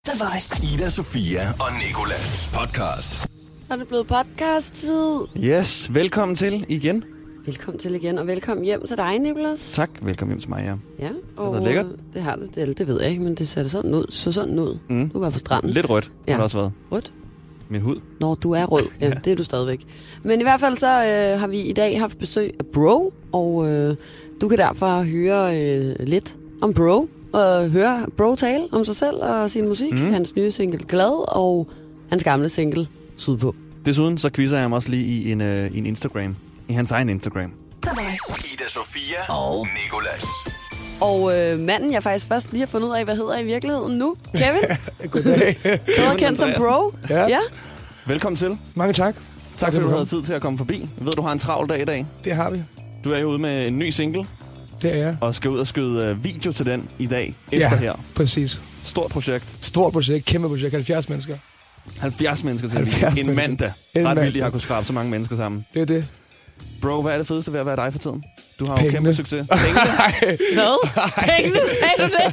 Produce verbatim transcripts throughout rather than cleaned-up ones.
The Voice. Ida, Sofia og Nicolas podcast. Er det blevet podcast-tid? Yes, velkommen til igen. Velkommen til igen, og velkommen hjem til dig, Nicolas. Tak, velkommen hjem til mig, ja. Ja, og det er lækkert. Det har det, det, det ved jeg ikke, men det ser sådan ud. Så sådan ud. Mm. Du var på stranden. Lidt rødt, ja. Har det også været. Rødt? Min hud. Nå, du er rød. Ja, ja. Det er du stadigvæk. Men i hvert fald så øh, har vi i dag haft besøg af Bro, og øh, du kan derfor høre øh, lidt om Bro, og høre Bro tale om sig selv og sin musik. Mm. Hans nye single Glad, og hans gamle single Sydpå. Desuden så quizzer jeg ham også lige i en, øh, i en Instagram. I hans egen Instagram. Ida, Sofia og Nicolas. Og øh, manden, jeg faktisk først lige har fundet ud af, hvad hedder i virkeligheden nu, Kevin. Goddag. Bedre kendt som Bro. Ja. ja. Velkommen til. Mange tak. Tak fordi du havde tid til at komme forbi. Jeg ved, du har en travl dag i dag. Det har vi. Du er jo ude med en ny single. Det er jeg. Og skal ud og skyde video til den i dag, efter ja, her. Præcis. Stort projekt. Stort projekt, kæmpe projekt, halvfjerds mennesker. halvfjerds mennesker til halvfjerds en mandag. Ret vildt, jeg har kunnet skrabe så mange mennesker sammen. Det er det. Bro, hvad er det fedeste ved at være dig for tiden? Du har Pengene. jo kæmpe succes. Pengene? Hvad? Pengene, sagde du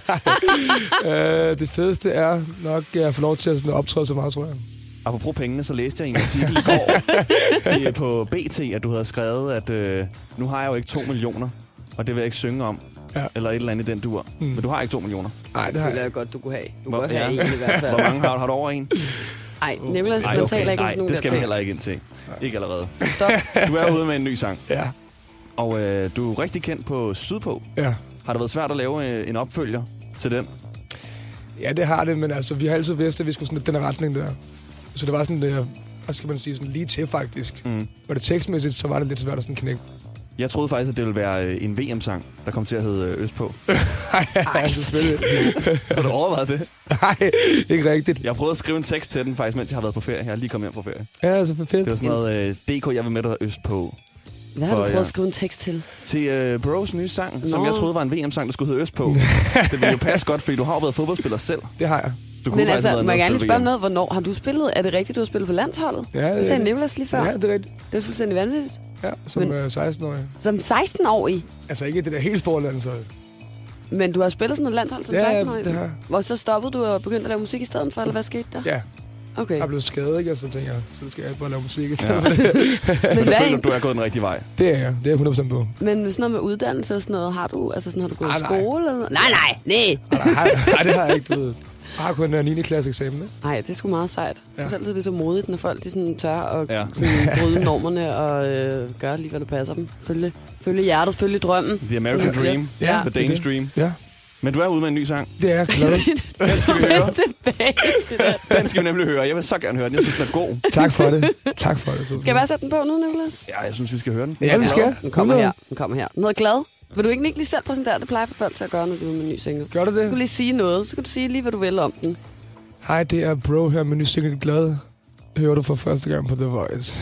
det? øh, det fedeste er nok, at jeg får lov til at sådan optræde så meget, tror jeg. Apropos pengene, så læste jeg en artikel i går på B T, at du havde skrevet, at øh, nu har jeg jo ikke to millioner, og det vil jeg ikke synge om. Ja. Eller et eller andet i den dur. Mm. Men du har ikke to millioner. Nej, det har jeg. Det er godt, du kunne have. Du Hvor, kunne ja. have en i hvert fald. Hvor mange har du? Har du over en? Nej, Nicolas, man okay. taler ikke om Ej, nogen det skal der vi heller ikke ind til. Ikke allerede. Stop. Du er ude med en ny sang. Ja. Og øh, du er rigtig kendt på Sydpå. Ja. Har det været svært at lave øh, en opfølger til den? Ja, det har det, men altså, vi har altid vidst, at vi skulle sådan den retning der. Så det var sådan, det, hvad skal man sige, sådan lige til faktisk. Mm. Og det tekstmæssigt, så var det lidt svært at sådan knække. Jeg troede faktisk, at det ville være en V M-sang, der kom til at hedde Østpå. Nej, selvfølgelig. Har du overvejet det? Nej, ikke rigtigt. Jeg har prøvet at skrive en tekst til den faktisk, mens jeg har været på ferie. Jeg har lige kommet hjem på ferie. Ja, altså for fedt. Det var sådan noget øh, D K, jeg vil med dig Østpå. Hvad har du prøvet at skrive en tekst til? Til øh, Bros nye sang, Nå. som jeg troede var en V M-sang, der skulle hedde Østpå. Det ville jo passe godt, fordi du har jo været fodboldspiller selv. Det har jeg. Du Men altså, må jeg gerne lige spørge om noget? Hvornår har du spillet? Er det rigtigt, du har spillet på landsholdet? Ja, det det sagde Nicolas lige før. Ja, det er rigtigt. Det er fuldstændig vanvittigt. Ja, som Men, seksten-årig. Som seksten-årig? Altså ikke det der helt store landshold. Men du har spillet sådan noget landshold som ja, seksten-årig? Ja, det har jeg. Og så stoppede du og begyndte at lave musik i stedet for, eller hvad skete der? Ja. Okay. Jeg er blevet skadet, ikke? Og så tænker jeg, så skal jeg bare lave musik i stedet ja. for det. Men, Men du føler, du er gået den rigtige vej? Det er jeg. Det er jeg hundrede procent på. Men sådan noget med uddannelse og sådan noget, har du, altså sådan, har du gået ah, i skole? Eller noget? Nej, nej, nej. Nej, nej, det har jeg ikke, du ved. Jeg har kun en niende klasse eksamen, ikke? Nej, det er sgu meget sejt. Ja. Selv det er så modigt, når folk de sådan tør at ja. sådan bryde normerne og øh, gøre lige, hvad der passer dem. Følge, følge hjertet, følge drømmen. The American Dream. Ja. The Danish Dream. Ja. Men du er ude med en ny sang. Det er jeg glad. Den skal vi høre. Tilbage til det. Den skal vi nemlig høre. Jeg vil så gerne høre den. Jeg synes, den er god. Tak for det. Tak for det. Skal jeg bare sætte den på nu, Nicolas? Ja, jeg synes, vi skal høre den. Ja, vi skal. Den kommer her. Den kommer her. Noget glad. Vil du ikke lige selv præsentere? Det plejer for folk til at gøre, når du er med en ny single. Gør det det? Du kan lige sige noget. Så kan du sige lige, hvad du vil om den. Hej, det er Bro her med ny single Glad. Hører du for første gang på The Voice.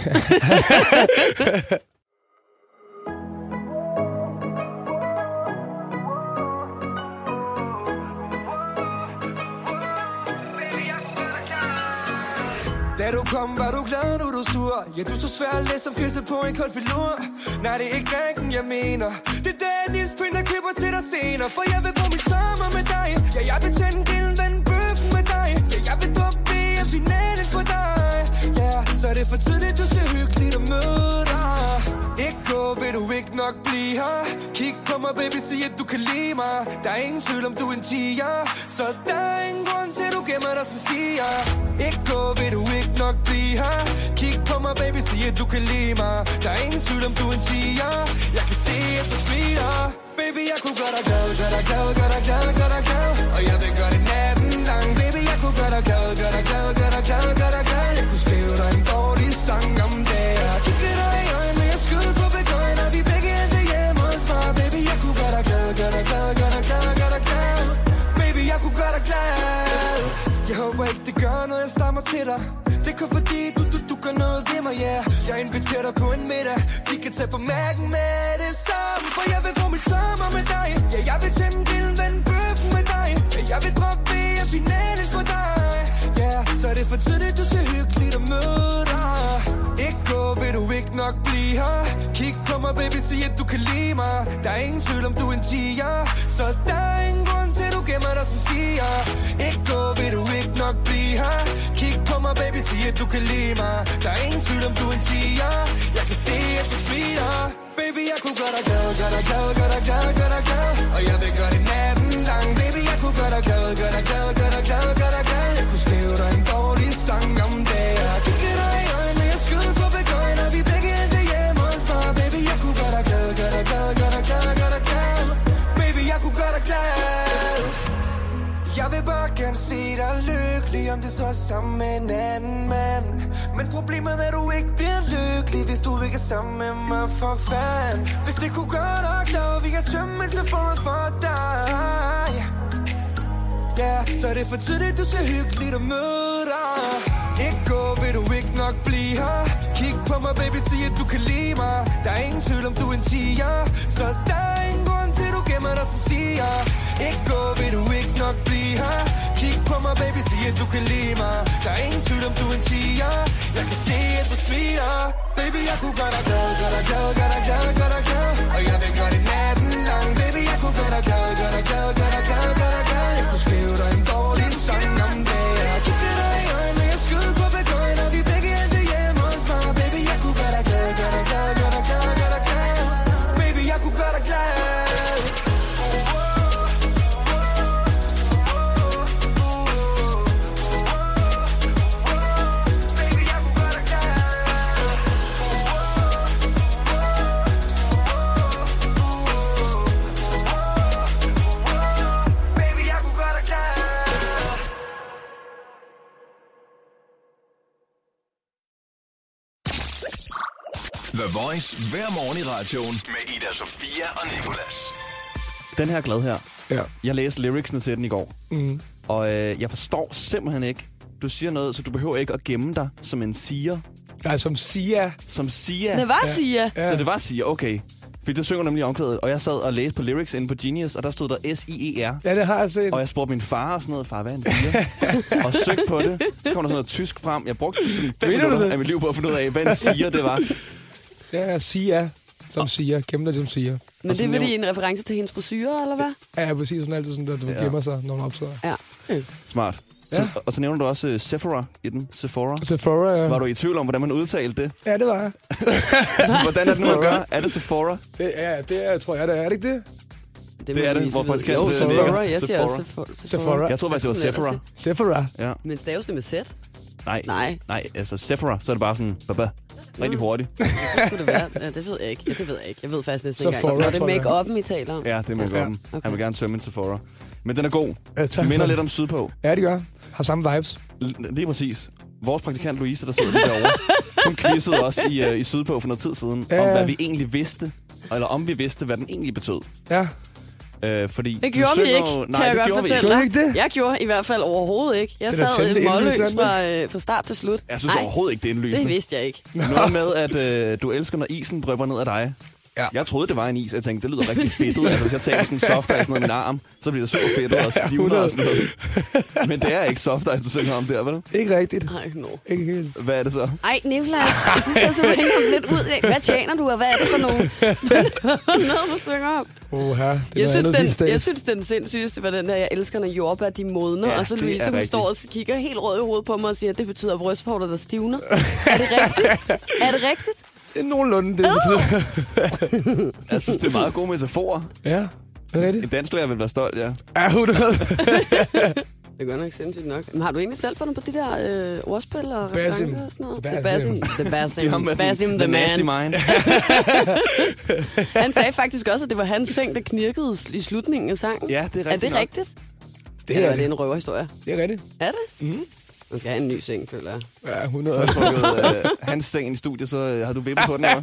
Da du kom, var du glad, nu du sur. Ja, du er så svær at læse som fyrste på en kold filur. Nej, det er ikke drinken, jeg mener. Det er Dennis Print, der køber til dig senere. For jeg vil bruge mit sommer med dig. Ja, jeg vil tænde grillen, vende bøffen med dig. Ja, jeg vil droppe B M-finalen for dig. Ja, så er det for tidligt, du ser hyggeligt at møde dig. Ikke gå, vil du ikke nok blive her. Kig på mig, baby, sig at du kan lide mig. Der er ingen tvivl om du er en tiger. Så der er ingen grund til, du gemmer dig som siger. Ikke gå, vil du ikke nok blive her. Kig på mig, baby, sig at du kan lide mig. Der er ingen tvivl om du er en tiger. Jeg kan se, at du smiler. Baby, jeg kunne gøre dig glad, gøre dig glad, gøre dig glad, gøre dig glad. Og jeg vil gøre det natten lang. Baby, jeg kunne gøre dig glad, gøre dig glad, gøre dig glad, gøre dig glad. Jeg kunne skrive dig en dårlig sang om det. Kigge dig i øjnene, jeg skyder på begøjen. Og vi begge endte hjemme hos mig. Baby, jeg kunne gøre dig glad, gøre dig glad, gøre dig glad, gøre dig glad. Baby, jeg kunne gøre dig glad. Jeg håber ikke, det gør noget, jeg stammer til dig. Det kun fordi, du, du, du gør noget ved mig, ja yeah. Jeg inviterer dig på en middag. Vi kan tage på mærken med det samme. For jeg vil bruge mit sommer med dig. Ja, jeg vil tænde grillen, vende bøffen med dig. Ja, jeg vil droppe B M-finalen for dig. Ja, yeah. Så er det for tidligt, du ser hyggeligt at møde dig. Ikke gå, vil du ikke nok blive her. Kig på mig, baby, sig at du kan lide mig. Der er ingen tvivl om du er en tiger. Så der er ingen grund til, du gemmer dig som siger. Ikke gå, vil du ikke nok blive her. Kig på mig, baby, sig at du kan lide mig. Der er ingen tvivl om du er en tiger. Jeg kan se at du smiler. Baby, jeg kunne gøre dig glad, gør dig glad, gør dig glad, gør dig glad. Og jeg vil gøre det natten lang. Baby, jeg kunne gøre dig glad, gør dig glad, gør dig glad, gør dig glad. Jeg kunne skrive dig en dårlig sang om det. Jeg kigger dig i øjnene, jeg skyder på begøjen. Og vi begge endte hjemme hos mig. Baby, jeg kunne gøre dig glad, gør dig glad, gør dig glad, gør dig glad. Baby, jeg kunne gøre dig glad. Jeg vil bare gerne se dig lykkelig, om det så er sammen med en anden mand. Men problemet er, at du ikke bliver lykkelig, hvis du ikke er sammen med mig, for fanden. Hvis det kunne gøre dig glad, vi kan tømme en telefon for dig. Ja, yeah, så er det for tidligt, du ser hyggeligt at møde dig. Ikke gå, vil du ikke nok blive her. Kig på mig, baby, sig at du kan lide mig. Der er ingen tvivl om du er en tiger. Så der er ingen grund til, du gemmer dig som siger. Ikke gå, vil du ikke nok blive her. Kig på mig, baby, sig at du kan lide mig. Der er ingen tvivl om du er en tiger. Jeg kan se at du smiler. Baby, jeg kunne gøre dig glad, gør dig glad, gør dig glad, gør dig glad. Og jeg vil gøre det natten lang. Baby, jeg kunne gøre dig glad, gør dig glad, gør dig glad, gør dig glad. Jeg kunne skrive dig en dårlig sang om det. Jeg kigger dig i øjnene, jeg skyder på begøjen. Og vi begge endte hjemme hos mig. Baby, jeg kunne gøre dig glad, gør dig glad, gør dig glad, gør dig glad. Baby, jeg kunne gøre dig glad. The Voice hver morgen i radioen med Ida Sofia og Nicolas. Den her glad her. Ja. Jeg læste lyricsene til den i går. Mm. Og øh, jeg forstår simpelthen ikke. Du siger noget, så du behøver ikke at gemme dig som en siger. Nej, som Sia. Som Sia. Det var Sia. Ja. Så det var Sia, okay. Fordi du synger nemlig i omkvædet, og jeg sad og læste på lyrics inde på Genius, og der stod der S I E R. Ja, det har jeg set. Og jeg spurgte min far og sådan noget, far, hvad han siger? Og søgte på det. Så kom der sådan noget tysk frem. Jeg brugte fem minutter af mit liv på at finde ud af, hvad en siger det var. Ja, Sia. Som siger. Gemme dig som siger. Men det er fordi en reference til hendes frisyrer, eller hvad? Ja, ja, præcis. Sådan altid sådan, der du Ja. gemmer sig, når man optræder. Ja. Mm. Smart. Ja. Så, og så nævner du også uh, Sephora i den. Sephora. Sephora, ja. Var du i tvivl om, hvordan man udtalte det? Ja, det var jeg. Hvordan er det nu, man gør? Er det Sephora? Det er, det er, tror jeg, det er. Er det ikke det? Det er det, hvor praktikant Jo, sidder og Sephora. nikker. Jeg siger også Sephora. Sephora. Sephora. Jeg troede faktisk, det var Hvad skulle Sephora. man Sephora. Ja. Men staves det med Z? Nej, Nej. nej, altså Sephora, så er det bare sådan, baba, rigtig hurtigt. Hvad skulle det være? Ja, det ved jeg ikke. Ja, det ved jeg ikke. Jeg ved faktisk næsten ikke Sephora, engang. Og det er tror jeg. make-up'en, I taler om. Ja, det er med Ja. ja. Okay. Han vil gerne tømme en Sephora. Men den er god. Ja, tak Det minder for lidt det. om sydpå. Ja, det gør. Har samme vibes. L- Lige præcis. Vores praktikant Louise, der sidder lige derovre, hun quizzede os i, uh, i Sydpå for noget tid siden, Ja. om hvad vi egentlig vidste, eller om vi vidste, hvad den egentlig betød. Ja. Uh, fordi Det du gjorde vi synger ikke, jo- kan Nej, jeg det godt gjorde vi fortælle ikke. Gjorde I ikke det? Jeg gjorde i hvert fald overhovedet ikke. Jeg Det er da sad temmelig målløs indlysende. fra, øh, fra start til slut. Jeg synes Ej, overhovedet ikke, det er indlysende. det vidste jeg ikke. Noget med, at uh, du elsker, når isen drypper ned af dig. Ja. Jeg troede, det var en is. Jeg tænkte, det lyder rigtig fedtet. Altså, hvis jeg tager sådan en soft ice ned i min arm, så bliver det super fedtet og stivner og sådan noget. Men det er ikke soft ice, du synger om der, vel? Ikke rigtigt. Ej, no. Ikke helt. Hvad er det så? Ej, Nicolas, det ser så hænger lidt ud. Hvad tjener du, og hvad er det for nogle noget, du synger om? Oha, det Jeg er synes, noget helt den, jeg stats. synes, den sindssygeste var den der, jeg elsker, når jordbær de modner. Ja, og så det Louise, er hun rigtigt. står og kigger helt rød i hovedet på mig og siger, at det betyder brystvorter, der stivner. Er det rigtigt? Er det rigtigt? Det er nogenlunde, det betyder. Jeg synes, det er meget gode metaforer. Ja, er det rigtigt? En dansklærer vil være stolt, ja. Ja, hundrede. Det gør nok sindssygt nok. Men har du egentlig selv fundet på de der øh, ordspil og Basim. referencer og sådan noget? Basim. Basim. The Basim. Det er ham med Basim den, the the nasty man. mind. Han sagde faktisk også, at det var hans seng, der knirkede i slutningen af sangen. Ja, det er Er rigtigt det nok. rigtigt? Det Eller er er det det. en røverhistorie? Det er rigtigt. Er det? Mm. Okay, jeg har en ny seng, føler jeg. Ja, Så hundrede. har jeg trukket øh, hans seng ind i studiet, så øh, har du vippet på den, eller?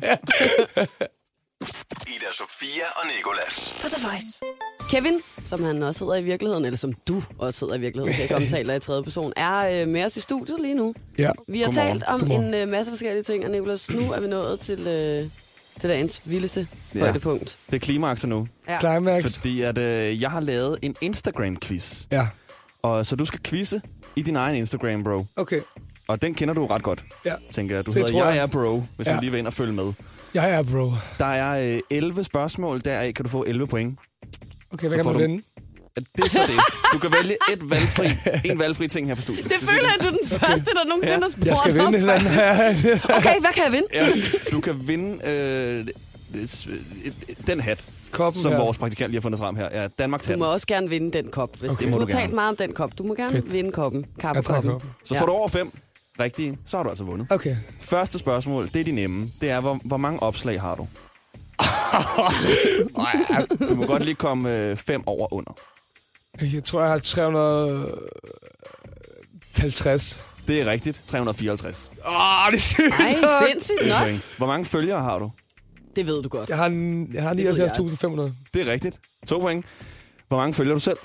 Ida Sofia og Nicolas. For The Voice. Kevin, som han også hedder i virkeligheden, eller som du også hedder i virkeligheden, så jeg ikke omtaler i tredje person, er øh, med os i studiet lige nu. Ja. Vi har Godmorgen. talt om Godmorgen. en øh, masse forskellige ting, og Nicolas, nu er vi nået til, øh, til dagens vildeste Ja. højdepunkt. Det er klimakser nu. Ja. Climax. Fordi at, øh, jeg har lavet en Instagram-quiz. Ja. Og så du skal quizze i din egen Instagram, bro. Okay. Og den kender du ret godt, Ja. tænker jeg. Du Det hedder tror Jeg jeg. er bro, hvis Ja. du lige vil ind og følge med. Jeg er bro. Der er øh, elleve spørgsmål, deraf kan du få elleve point. Okay, hvad Så kan får man du- vinde? Det er så det. Du kan vælge et valgfri, en valgfri ting her på studiet. Det føler jeg, at du er den første, der nogensinde Ja. har spurgt Jeg skal vinde om. et eller andet. Okay, hvad kan jeg vinde? Ja, du kan vinde øh, den hat, Koppen som her. vores praktikant lige har fundet frem her. Ja, Danmarks Du hat. må også gerne vinde den kop. Hvis Okay. okay. Må Du du har talt gerne. meget om den kop. Du må gerne Fedt. vinde koppen. Jeg tager Kappekoppen. koppen. Så får du over fem rigtige, så har du altså vundet. Okay. Første spørgsmål, det er de nemme. Det er, hvor, hvor mange opslag har du? Du må godt lige komme øh, fem over under. Jeg tror, jeg har tre hundrede og halvtreds. Det er rigtigt. tre hundrede og fireoghalvtreds. Åh, det er sygt. Ej, sindssygt nok. Point. Hvor mange følgere har du? Det ved du godt. Jeg har, en- jeg har nioghalvfjerds tusind fem hundrede. Det er rigtigt. To point. Hvor mange følger du selv?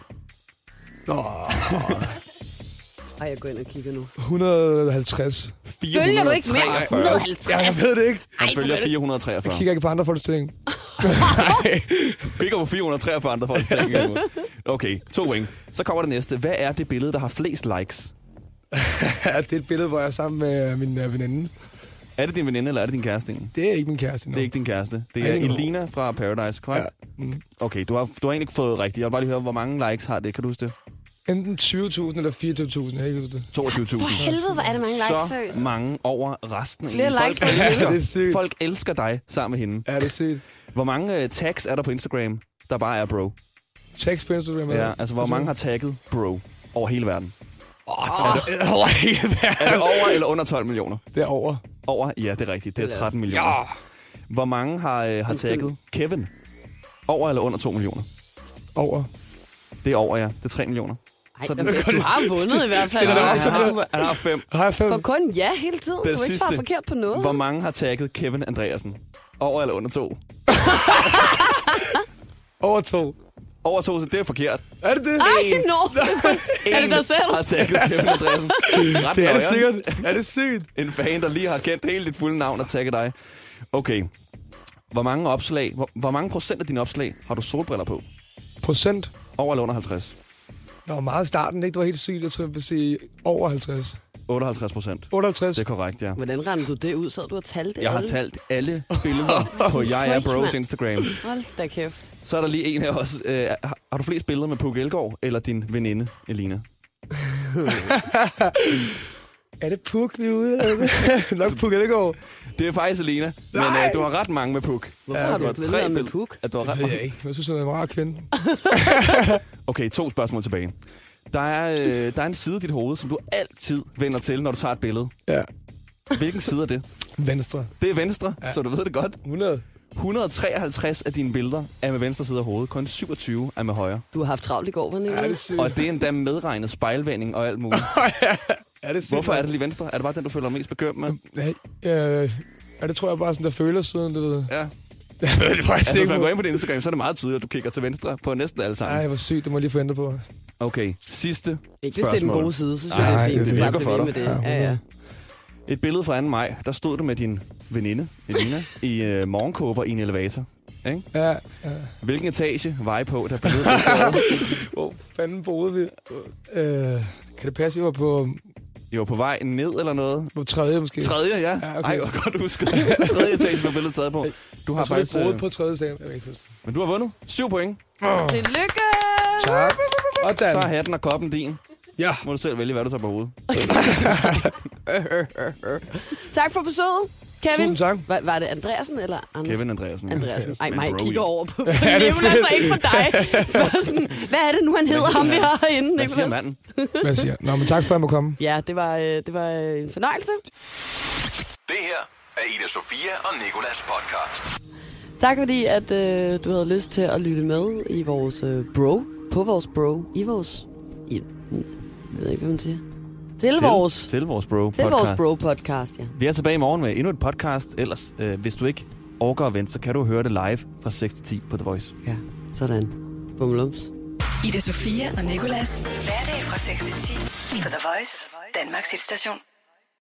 Ej, jeg går ind og kigger nu. et hundrede og halvtreds. Følger du ikke mere? fire hundrede og treogfyrre. hundrede og halvtreds. Ja, jeg ved det ikke. Han Ej, følger hvor er det- fire hundrede og treogfyrre. Jeg kigger ikke på andre folks ting. Kigger på fire hundrede og treogfyrre andre folks ting. Okay, to point. Så kommer det næste. Hvad er det billede, der har flest likes? Ja, det er et billede, hvor jeg er sammen med min uh, veninde. Er det din veninde, eller er det din kæreste? egentlig? Det er ikke min kæreste nu. Det er ikke din kæreste. Det Ej, er det er nu. Elina fra Paradise, korrekt? Ja. Mm. Okay, du har, du har egentlig ikke fået rigtigt. Jeg vil bare lige høre, hvor mange likes har det? Kan du huske det? Enten tyve tusind eller fireogtyve tusind, jeg kan ikke huske det. toogtyve tusind. For helvede, hvor er det mange likes, Så seriøst. mange over resten. Flere egentlig. likes Folk på elsker, det er sygt. folk elsker dig sammen med hende. Ja, det er sygt. Hvor mange uh, tags er der på Instagram, der bare er bro? Tekst på Instagram. Ja, altså hvor mange har tagget bro over hele verden? Åh, oh, det er over hele verden. Er det over eller under tolv millioner? Det er over. Over? Ja, det er rigtigt. Det er Det er tretten millioner. Ja. Hvor mange har, uh, har tagget Kevin? Over eller under to millioner? Over. Det er over, ja. Det er tre millioner. Ej, Så- men du har vundet i hvert fald. Det er da Altså, også- du var- Han har fem. Har jeg fem? For kun ja hele tiden. Du Det er ikke sidste. svare forkert på noget. Hvor mange har tagget Kevin Andreasen? Over eller under to? Over to. Over to, så det er forkert. Er det det? Ej, no. Er det dig selv? har tagget Kevin Andreasen. Ret Det er det nøjeren. sikkert. Er det sygt? En fan, der lige har kendt hele dit fulde navn og tagget dig. Okay. Hvor mange opslag, hvor, hvor mange procent af dine opslag har du solbriller på? Procent? Over eller under halvtreds? Der var meget i starten, ikke? Det var helt sygt. Jeg tror, jeg vil sige over halvtreds. otteoghalvtreds procent. otteoghalvtreds. Det er korrekt, ja. Hvordan rendte du det ud? Så du har talt det Jeg har alle? talt alle billeder på Jeg er Bros Instagram. Hold da kæft. Så er der lige en her også. Øh, har, har du flest billeder med Puk Elgård eller din veninde, Elina? Er det Puk, vi er ude af? Nok Puk, er det går? Det er faktisk Elina, men øh, du har ret mange med Puk. Hvorfor Ja, har du du har ikke tre været med billeder. Puk? At du har Det ret ved mange. jeg ikke. Jeg synes, hun er en rar kvinde. Okay, to spørgsmål tilbage. Der er, øh, der er en side af dit hoved, som du altid vender til, når du tager et billede. Ja. Hvilken side er det? Venstre. Det er venstre, ja. Så du ved det godt. hundrede. et hundrede og treoghalvtreds af dine billeder er med venstre side af hovedet. Kun syvogtyve er med højre. Du har haft travlt i går, var det ikke? Ja, det er sygt. Og det er endda medregnet spejlvending og alt muligt. Er det sygt? Hvorfor er det lige venstre? Er det bare den, du føler dig mest bekømt med? Nej, øh, ja, det tror jeg bare sådan, der føler siden, du ved. Ja. Jeg ved det faktisk Altså, hvis ikke. man går på. ind på din Instagram, så er det meget tydeligt, at du kigger til venstre på næsten alle sammen. Ej, hvor sygt. Det må jeg lige få ændret på. Okay, sidste Ikke hvis det er den spørgsmål. gode side, så synes jeg, Nej, det er fint. det Du bare virker for bliver ved dig. med det. Ja, ja. Et billede fra anden maj, der stod du med din veninde, Elina, i øh, morgenkåber i en elevator. Ikke? Ja, ja. Hvilken etage var I på, der billedet blev taget? Hvor fanden boede vi? Øh, kan det passe, vi var på, I var på vej ned eller noget? på tredje måske? Tredje, ja. Ja, okay. Ej, hvor godt husket. Tredje etage blev billedet taget på. Du har Jeg tror, faktisk... vi boede Øh, på tredje sal. Jeg ved ikke, huske. men du har vundet. Syv point. Tillykke! Tak. Og Så er Dan. hatten og koppen din. Ja. Må du selv vælge, hvad du tager på hovedet. Tak for besøget, Kevin. Tusind tak. Var, var det Andreasen eller Anders? Kevin Andreasen. Ja. Andreasen. Ej, Men mig bro, kigger ja. over på Nicolas og ikke på dig. For sådan, hvad er det nu, han hedder, ham vi har herinde, Hvad siger Nicolas? manden? Hvad siger jeg? Nå, men tak for, at jeg må komme. Ja, det var, øh, det var øh, en fornøjelse. Det her er Ida Sofia og Nicolas podcast. Tak fordi, at øh, du havde lyst til at lytte med i vores øh, bro, på vores bro, i vores... I, jeg ved ikke, hvad man siger. Til, til vores... Til vores bro Til podcast. vores bro-podcast, ja. Vi er tilbage i morgen med endnu et podcast. Ellers, øh, hvis du ikke orker at vente, så kan du høre det live fra seks til ti på The Voice. Ja, sådan. Bummelums. Ida Sofia og Nicolas. Hverdag fra seks til ti på The Voice, Danmarks hitstation.